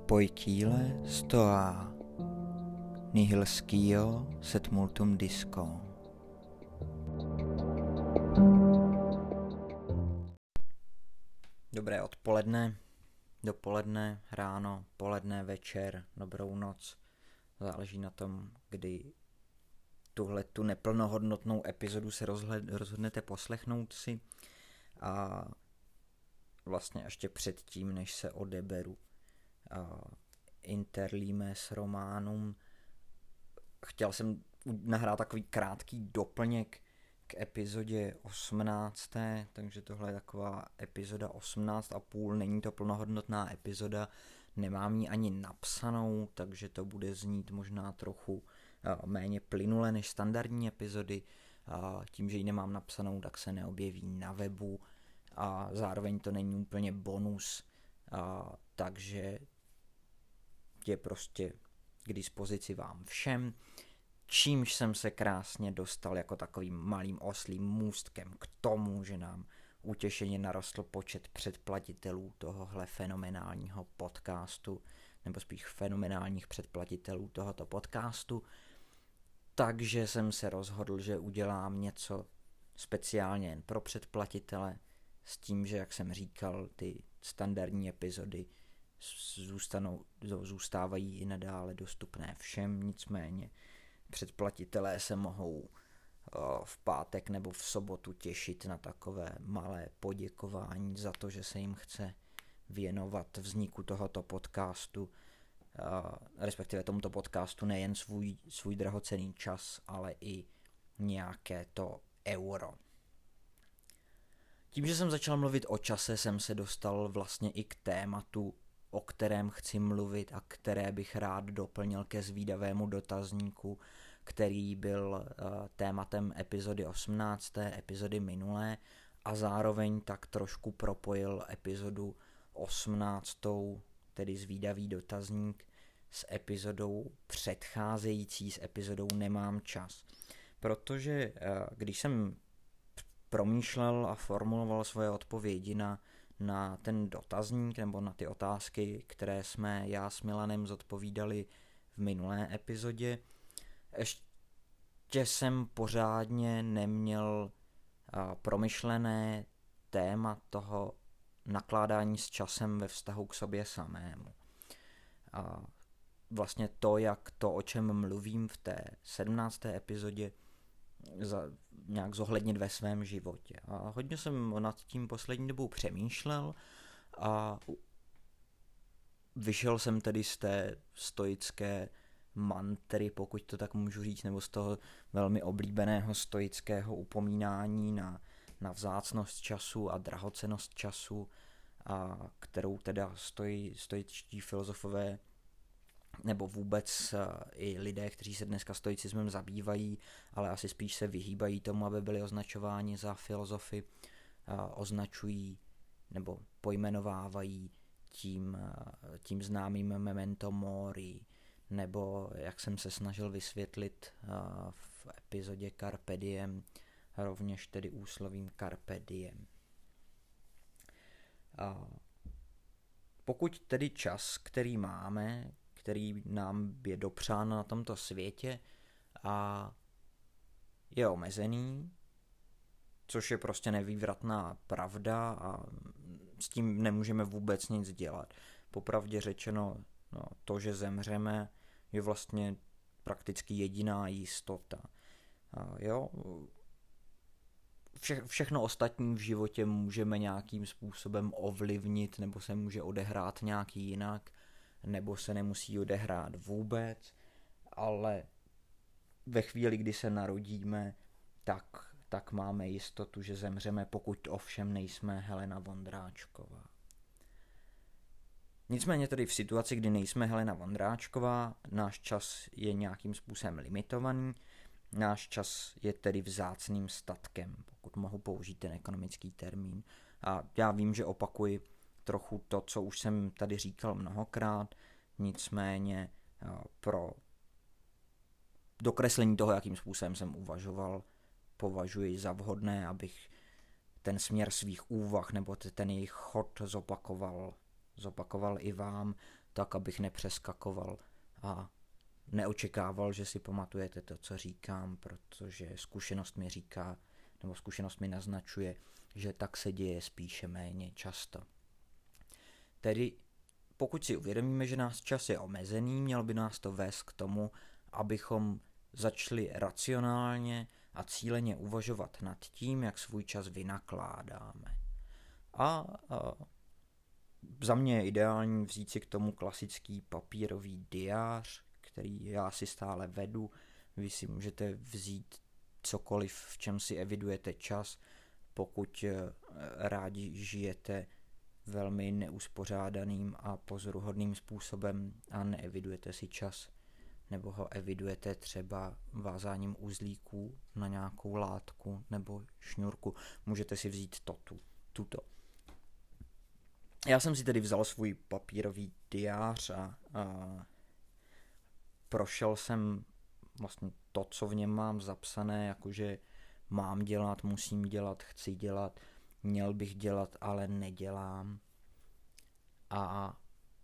Poikile stoa, nihil scio sed multum disco. Dobré odpoledne, dopoledne, ráno, poledne, večer, dobrou noc. Záleží na tom, kdy tu neplnohodnotnou epizodu se rozhodnete poslechnout si. A vlastně ještě předtím, než se odeberu Interlimes Romanum, chtěl jsem nahrát takový krátký doplněk k epizodě 18. Takže tohle je taková epizoda 18,5, není to plnohodnotná epizoda, nemám ji ani napsanou, takže to bude znít možná trochu méně plynule než standardní epizody. Tím, že ji nemám napsanou, tak se neobjeví na webu a zároveň to není úplně bonus, takže je prostě k dispozici vám všem, čímž jsem se krásně dostal jako takovým malým oslím můstkem k tomu, že nám utěšeně narostl počet předplatitelů tohohle fenomenálního podcastu, nebo spíš fenomenálních předplatitelů tohoto podcastu. Takže jsem se rozhodl, že udělám něco speciálně jen pro předplatitele, s tím, že, jak jsem říkal, ty standardní epizody zůstávají i nadále dostupné všem, nicméně předplatitelé se mohou v pátek nebo v sobotu těšit na takové malé poděkování za to, že se jim chce věnovat vzniku tohoto podcastu, respektive tomuto podcastu nejen svůj drahocenný čas, ale i nějaké to euro. Tím, že jsem začal mluvit o čase, jsem se dostal vlastně i k tématu, o kterém chci mluvit a které bych rád doplnil ke zvídavému dotazníku, který byl tématem epizody 18. epizody minulé a zároveň tak trošku propojil epizodu 18., tedy zvídavý dotazník, s epizodou předcházející, s epizodou Nemám čas. Protože když jsem promýšlel a formuloval svoje odpovědi na ten dotazník nebo na ty otázky, které jsme já s Milanem zodpovídali v minulé epizodě, ještě jsem pořádně neměl promyšlené téma toho nakládání s časem ve vztahu k sobě samému. A vlastně to, jak to, o čem mluvím v té 17. epizodě, nějak zohlednit ve svém životě. A hodně jsem nad tím poslední dobou přemýšlel a vyšel jsem tedy z té stoické mantry, pokud to tak můžu říct, nebo z toho velmi oblíbeného stoického upomínání na vzácnost času a drahocennost času, a kterou teda stoičtí filozofové nebo vůbec i lidé, kteří se dneska stoicismem zabývají, ale asi spíš se vyhýbají tomu, aby byli označováni za filozofy, označují nebo pojmenovávají tím známým memento mori, nebo, jak jsem se snažil vysvětlit v epizodě Carpe diem, rovněž tedy úslovím Carpe diem. Pokud tedy čas, který máme, který nám je dopřán na tomto světě a je omezený, což je prostě nevývratná pravda a s tím nemůžeme vůbec nic dělat. Popravdě řečeno, to, že zemřeme, je vlastně prakticky jediná jistota. Všechno ostatní v životě můžeme nějakým způsobem ovlivnit, nebo se může odehrát nějak jinak, nebo se nemusí odehrát vůbec, ale ve chvíli, kdy se narodíme, tak máme jistotu, že zemřeme, pokud ovšem nejsme Helena Vondráčková. Nicméně tedy v situaci, kdy nejsme Helena Vondráčková, náš čas je nějakým způsobem limitovaný, náš čas je tedy vzácným statkem, pokud mohu použít ten ekonomický termín. A já vím, že opakuji trochu to, co už jsem tady říkal mnohokrát, nicméně pro dokreslení toho, jakým způsobem jsem uvažoval, považuji za vhodné, abych ten směr svých úvah nebo ten jejich chod zopakoval i vám, tak abych nepřeskakoval a neočekával, že si pamatujete to, co říkám, protože zkušenost mi říká, nebo zkušenost mi naznačuje, že tak se děje spíše méně často. Tedy pokud si uvědomíme, že náš čas je omezený, mělo by nás to vést k tomu, abychom začali racionálně a cíleně uvažovat nad tím, jak svůj čas vynakládáme. A za mě je ideální vzít si k tomu klasický papírový diář, který já si stále vedu. Vy si můžete vzít cokoliv, v čem si evidujete čas, pokud rádi žijete velmi neuspořádaným a pozoruhodným způsobem a neevidujete si čas, nebo ho evidujete třeba vázáním uzlíků na nějakou látku nebo šňůrku. Můžete si vzít tuto. Já jsem si tedy vzal svůj papírový diář a prošel jsem vlastně to, co v něm mám zapsané, jakože mám dělat, musím dělat, chci dělat, měl bych dělat, ale nedělám. A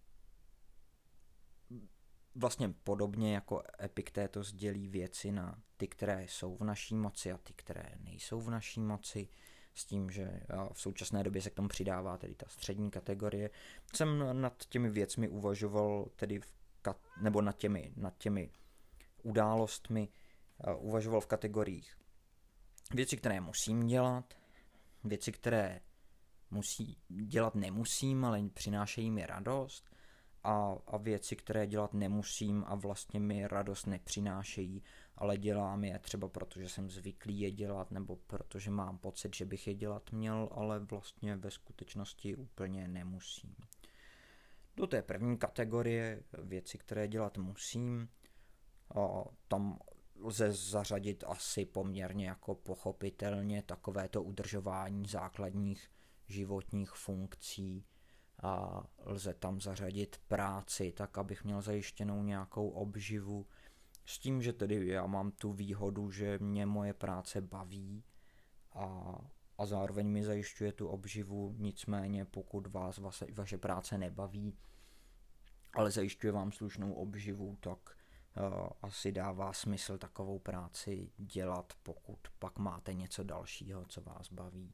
vlastně podobně jako Epiktétos dělí věci na ty, které jsou v naší moci a ty, které nejsou v naší moci, s tím, že v současné době se k tomu přidává tedy ta střední kategorie. Jsem nad těmi věcmi uvažoval, tedy nebo nad těmi událostmi uvažoval v kategoriích věci, které musím dělat, věci, které dělat nemusím, ale přinášejí mi radost, a věci, které dělat nemusím a vlastně mi radost nepřinášejí, ale dělám je třeba protože jsem zvyklý je dělat, nebo protože mám pocit, že bych je dělat měl, ale vlastně ve skutečnosti úplně nemusím. Do té první kategorie věci, které dělat musím, tam lze zařadit asi poměrně jako pochopitelně takovéto udržování základních životních funkcí, a lze tam zařadit práci, tak abych měl zajištěnou nějakou obživu, s tím, že tedy já mám tu výhodu, že mě moje práce baví a zároveň mi zajišťuje tu obživu, nicméně pokud vás vaše práce nebaví, ale zajišťuje vám slušnou obživu, tak asi dává smysl takovou práci dělat, pokud pak máte něco dalšího, co vás baví.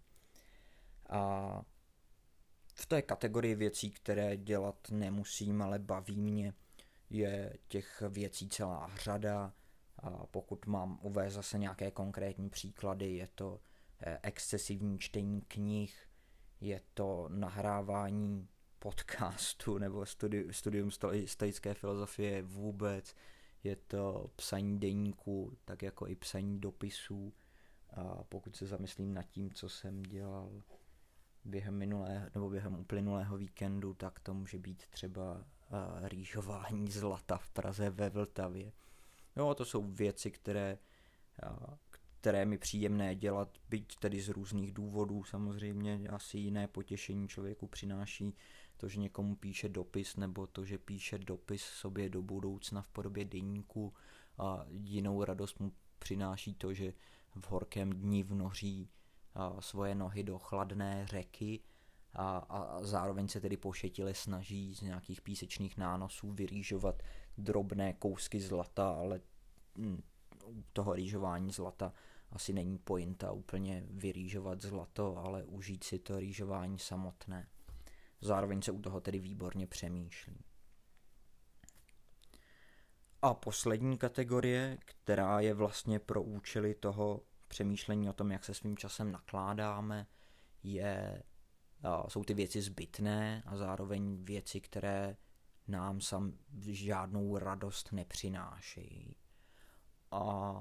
A v té kategorii věcí, které dělat nemusím, ale baví mě, je těch věcí celá řada. A pokud mám uvést zase nějaké konkrétní příklady, je to excesivní čtení knih, je to nahrávání podcastu nebo studium stoické filozofie vůbec, je to psaní deníku, tak jako i psaní dopisů. A pokud se zamyslím nad tím, co jsem dělal během uplynulého víkendu, tak to může být třeba rýžování zlata v Praze ve Vltavě. Jo, to jsou věci, které mi příjemné dělat, byť tedy z různých důvodů. Samozřejmě asi jiné potěšení člověku přináší to, že někomu píše dopis, nebo to, že píše dopis sobě do budoucna v podobě deníku, a jinou radost mu přináší to, že v horkém dni vnoří svoje nohy do chladné řeky a zároveň se tedy pošetile snaží z nějakých písečných nánosů vyrýžovat drobné kousky zlata, ale u toho rýžování zlata asi není pointa úplně vyrýžovat zlato, ale užít si to rýžování samotné. Zároveň se u toho tedy výborně přemýšlí. A poslední kategorie, která je vlastně pro účely toho přemýšlení o tom, jak se svým časem nakládáme, jsou ty věci zbytné a zároveň věci, které nám žádnou radost nepřinášejí. A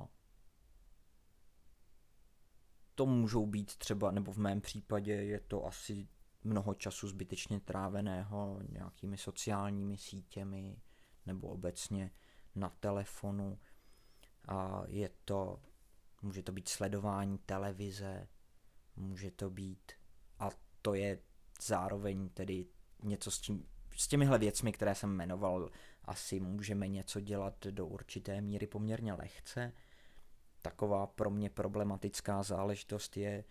to můžou být třeba, nebo v mém případě je to asi mnoho času zbytečně tráveného nějakými sociálními sítěmi nebo obecně na telefonu. A může to být sledování televize, může to být, a to je zároveň tedy něco s těmihle věcmi, které jsem jmenoval, asi můžeme něco dělat do určité míry poměrně lehce. Taková pro mě problematická záležitost je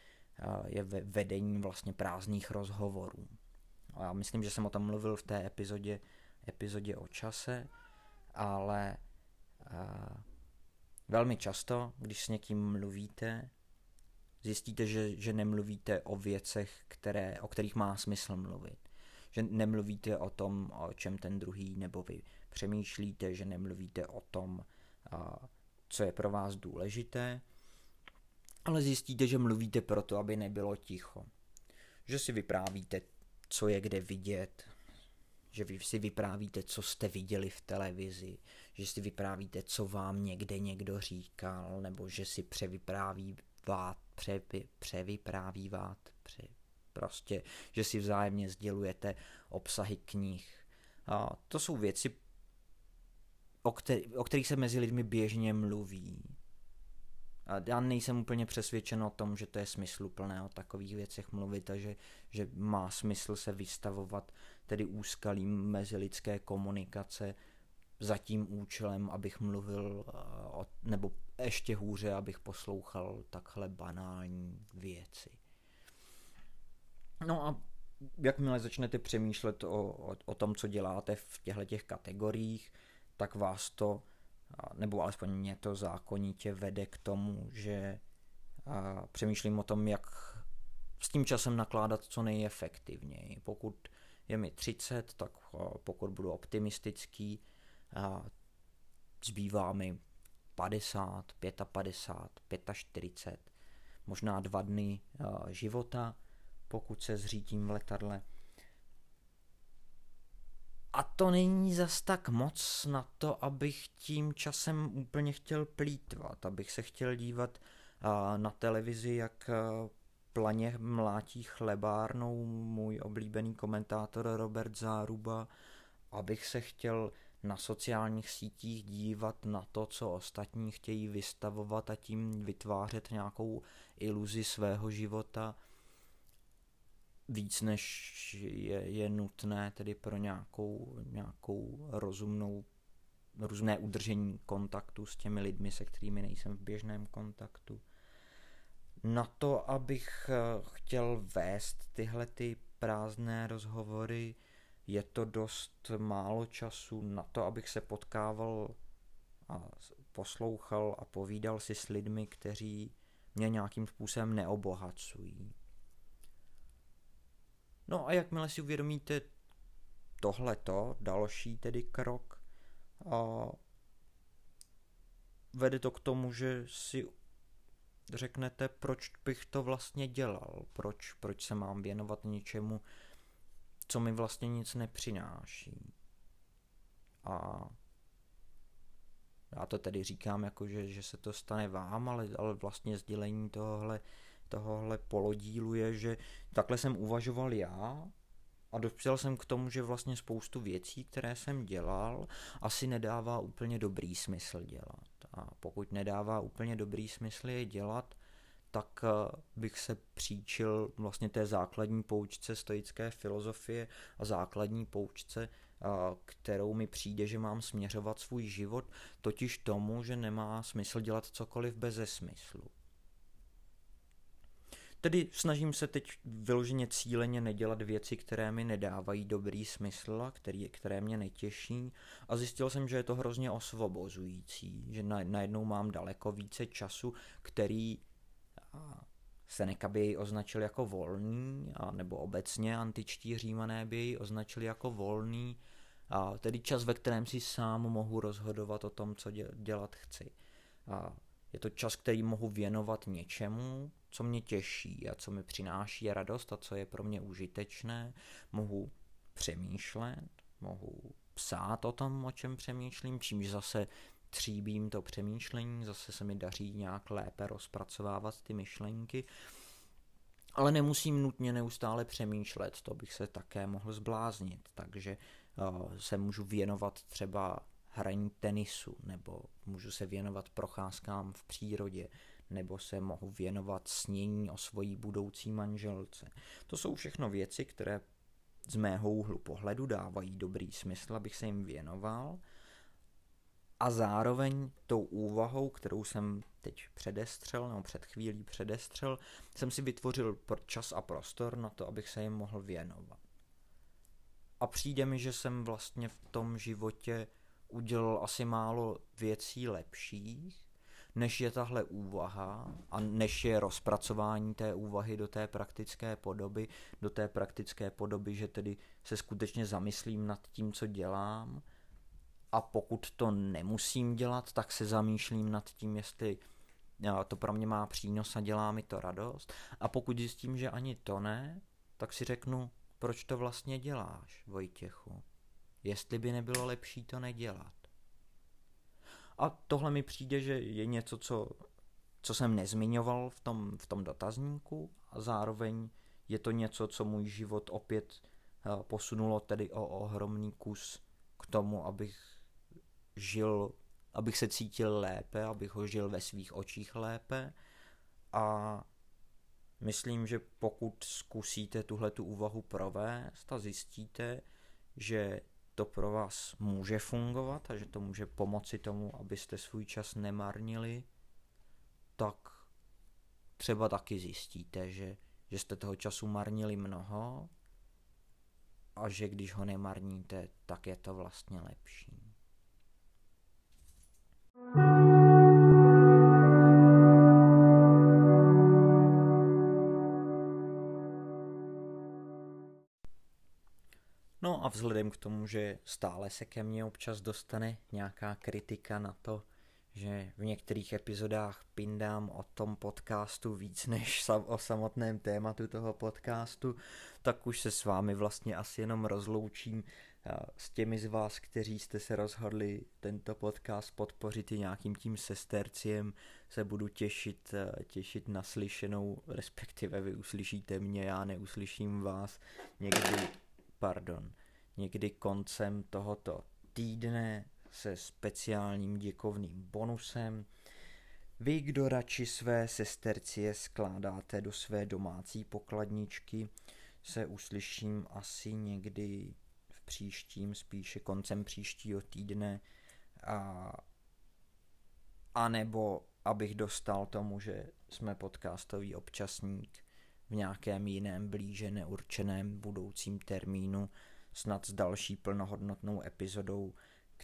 vedení vlastně prázdných rozhovorů. A já myslím, že jsem o tom mluvil v té epizodě epizodě o čase, ale velmi často, když s někým mluvíte, zjistíte, že nemluvíte o věcech, o kterých má smysl mluvit. Že nemluvíte o tom, o čem ten druhý nebo vy přemýšlíte, že nemluvíte o tom, co je pro vás důležité, ale zjistíte, že mluvíte proto, aby nebylo ticho. Že si vyprávíte, co je kde vidět, že vy si vyprávíte, co jste viděli v televizi, že si vyprávíte, co vám někde někdo říkal, nebo že si prostě, že si vzájemně sdělujete obsahy knih. A to jsou věci, o kterých se mezi lidmi běžně mluví. A já nejsem úplně přesvědčen o tom, že to je smysluplné o takových věcech mluvit a že má smysl se vystavovat tedy úskalím mezilidské komunikace za tím účelem, abych mluvil, nebo ještě hůře, abych poslouchal takhle banální věci. No a jakmile začnete přemýšlet o tom, co děláte v těchto kategoriích, tak vás to, nebo alespoň mě to zákonitě vede k tomu, že přemýšlím o tom, jak s tím časem nakládat co nejefektivněji. Pokud je mi 30, tak pokud budu optimistický, zbývá mi 50, 55, 45, možná 2 dny života, pokud se zřítím v letadle. A to není zas tak moc na to, abych tím časem úplně chtěl plýtvat, abych se chtěl dívat na televizi, jak planě mlátí chlebárnou můj oblíbený komentátor Robert Záruba, abych se chtěl na sociálních sítích dívat na to, co ostatní chtějí vystavovat a tím vytvářet nějakou iluzi svého života, víc než je nutné tedy pro nějakou rozumné udržení kontaktu s těmi lidmi, se kterými nejsem v běžném kontaktu. Na to, abych chtěl vést tyhle ty prázdné rozhovory, je to dost málo času. Na to, abych se potkával a poslouchal a povídal si s lidmi, kteří mě nějakým způsobem neobohacují. No a jakmile si uvědomíte tohleto, další tedy krok, vede to k tomu, že si řeknete, proč bych to vlastně dělal, proč se mám věnovat něčemu, co mi vlastně nic nepřináší. A já to tedy říkám jako, že se to stane vám, ale vlastně sdělení tohohle polodílu je, že takhle jsem uvažoval já a dospěl jsem k tomu, že vlastně spoustu věcí, které jsem dělal, asi nedává úplně dobrý smysl dělat. A pokud nedává úplně dobrý smysl je dělat, tak bych se příčil vlastně té základní poučce stoické filozofie a základní poučce, kterou mi přijde, že mám směřovat svůj život, totiž tomu, že nemá smysl dělat cokoliv beze smyslu. Tedy snažím se teď vyloženě cíleně nedělat věci, které mi nedávají dobrý smysl a které mě netěší, a zjistil jsem, že je to hrozně osvobozující, že najednou mám daleko více času, který Seneca by jej označil jako volný, nebo obecně antičtí Římané by jej označili jako volný, tedy čas, ve kterém si sám mohu rozhodovat o tom, co dělat chci. Je to čas, který mohu věnovat něčemu, co mě těší a co mi přináší radost a co je pro mě užitečné. Mohu přemýšlet, mohu psát o tom, o čem přemýšlím, čímž zase tříbím to přemýšlení, zase se mi daří nějak lépe rozpracovávat ty myšlenky. Ale nemusím nutně neustále přemýšlet, to bych se také mohl zbláznit, takže se můžu věnovat třeba hraní tenisu, nebo můžu se věnovat procházkám v přírodě, nebo se mohu věnovat snění o svojí budoucí manželce. To jsou všechno věci, které z mého úhlu pohledu dávají dobrý smysl, abych se jim věnoval. A zároveň tou úvahou, kterou jsem teď před chvílí předestřel, jsem si vytvořil čas a prostor na to, abych se jim mohl věnovat. A přijde mi, že jsem vlastně v tom životě udělal asi málo věcí lepších, než je tahle úvaha a než je rozpracování té úvahy do té praktické podoby, že tedy se skutečně zamyslím nad tím, co dělám, a pokud to nemusím dělat, tak se zamýšlím nad tím, jestli to pro mě má přínos a dělá mi to radost. A pokud zjistím, že ani to ne, tak si řeknu, proč to vlastně děláš, Vojtěchu? Jestli by nebylo lepší to nedělat. A tohle mi přijde, že je něco, co jsem nezmiňoval v tom dotazníku, a zároveň je to něco, co můj život opět posunulo tedy o ohromný kus k tomu, abych se cítil lépe, abych ho žil ve svých očích lépe. A myslím, že pokud zkusíte tuhletu úvahu provést a zjistíte, že to pro vás může fungovat a že to může pomoci tomu, abyste svůj čas nemarnili, tak třeba taky zjistíte, že jste toho času marnili mnoho a že když ho nemarníte, tak je to vlastně lepší. No a vzhledem k tomu, že stále se ke mně občas dostane nějaká kritika na to, že v některých epizodách pindám o tom podcastu víc než o samotném tématu toho podcastu, tak už se s vámi vlastně asi jenom rozloučím. S těmi z vás, kteří jste se rozhodli tento podcast podpořit i nějakým tím sesterciem, se budu těšit na slyšenou, respektive vy uslyšíte mě, já neuslyším vás někdy koncem tohoto týdne se speciálním děkovným bonusem. Vy, kdo radši své sestercie skládáte do své domácí pokladničky, se uslyším asi někdy v příštím, spíše koncem příštího týdne, a nebo abych dostal tomu, že jsme podcastový občasník v nějakém jiném blíže neurčeném budoucím termínu, snad s další plnohodnotnou epizodou,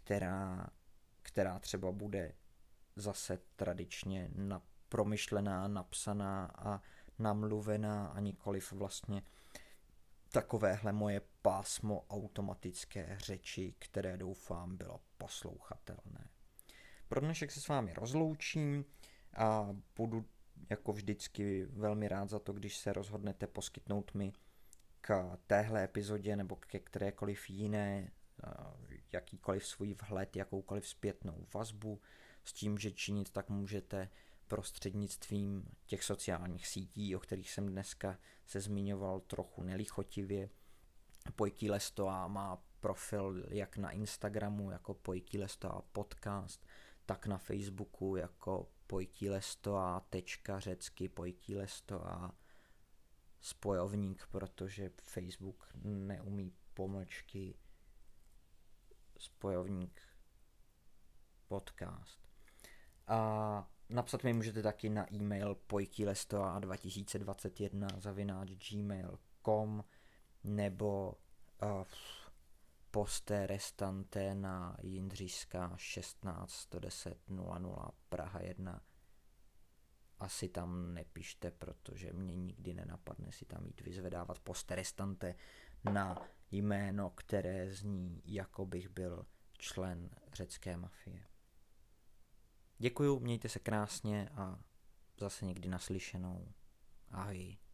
která třeba bude zase tradičně promyšlená, napsaná a namluvená, a nikoliv vlastně takovéhle moje pásmo automatické řeči, které doufám bylo poslouchatelné. Pro dnešek se s vámi rozloučím a budu jako vždycky velmi rád za to, když se rozhodnete poskytnout mi k téhle epizodě nebo ke kterékoliv jiné jakýkoliv svůj vhled, jakoukoliv zpětnou vazbu, s tím, že činit tak můžete prostřednictvím těch sociálních sítí, o kterých jsem dneska se zmiňoval trochu nelichotivě. Pojky Lestoa má profil jak na Instagramu jako Pojky Lestoa podcast, tak na Facebooku jako Pojky Lestoa řecky Pojky Lestoa spojovník, protože Facebook neumí pomlčky spojovník podcast. A napsat mi můžete taky na e-mail pojkylestoa2021@gmail.com nebo poste restante na Jindřišská 16 110 00 Praha 1. Asi tam nepište, protože mě nikdy nenapadne si tam jít vyzvedávat poste restante na jméno, které zní, jako bych byl člen řecké mafie. Děkuju, mějte se krásně a zase někdy naslyšenou. Ahoj.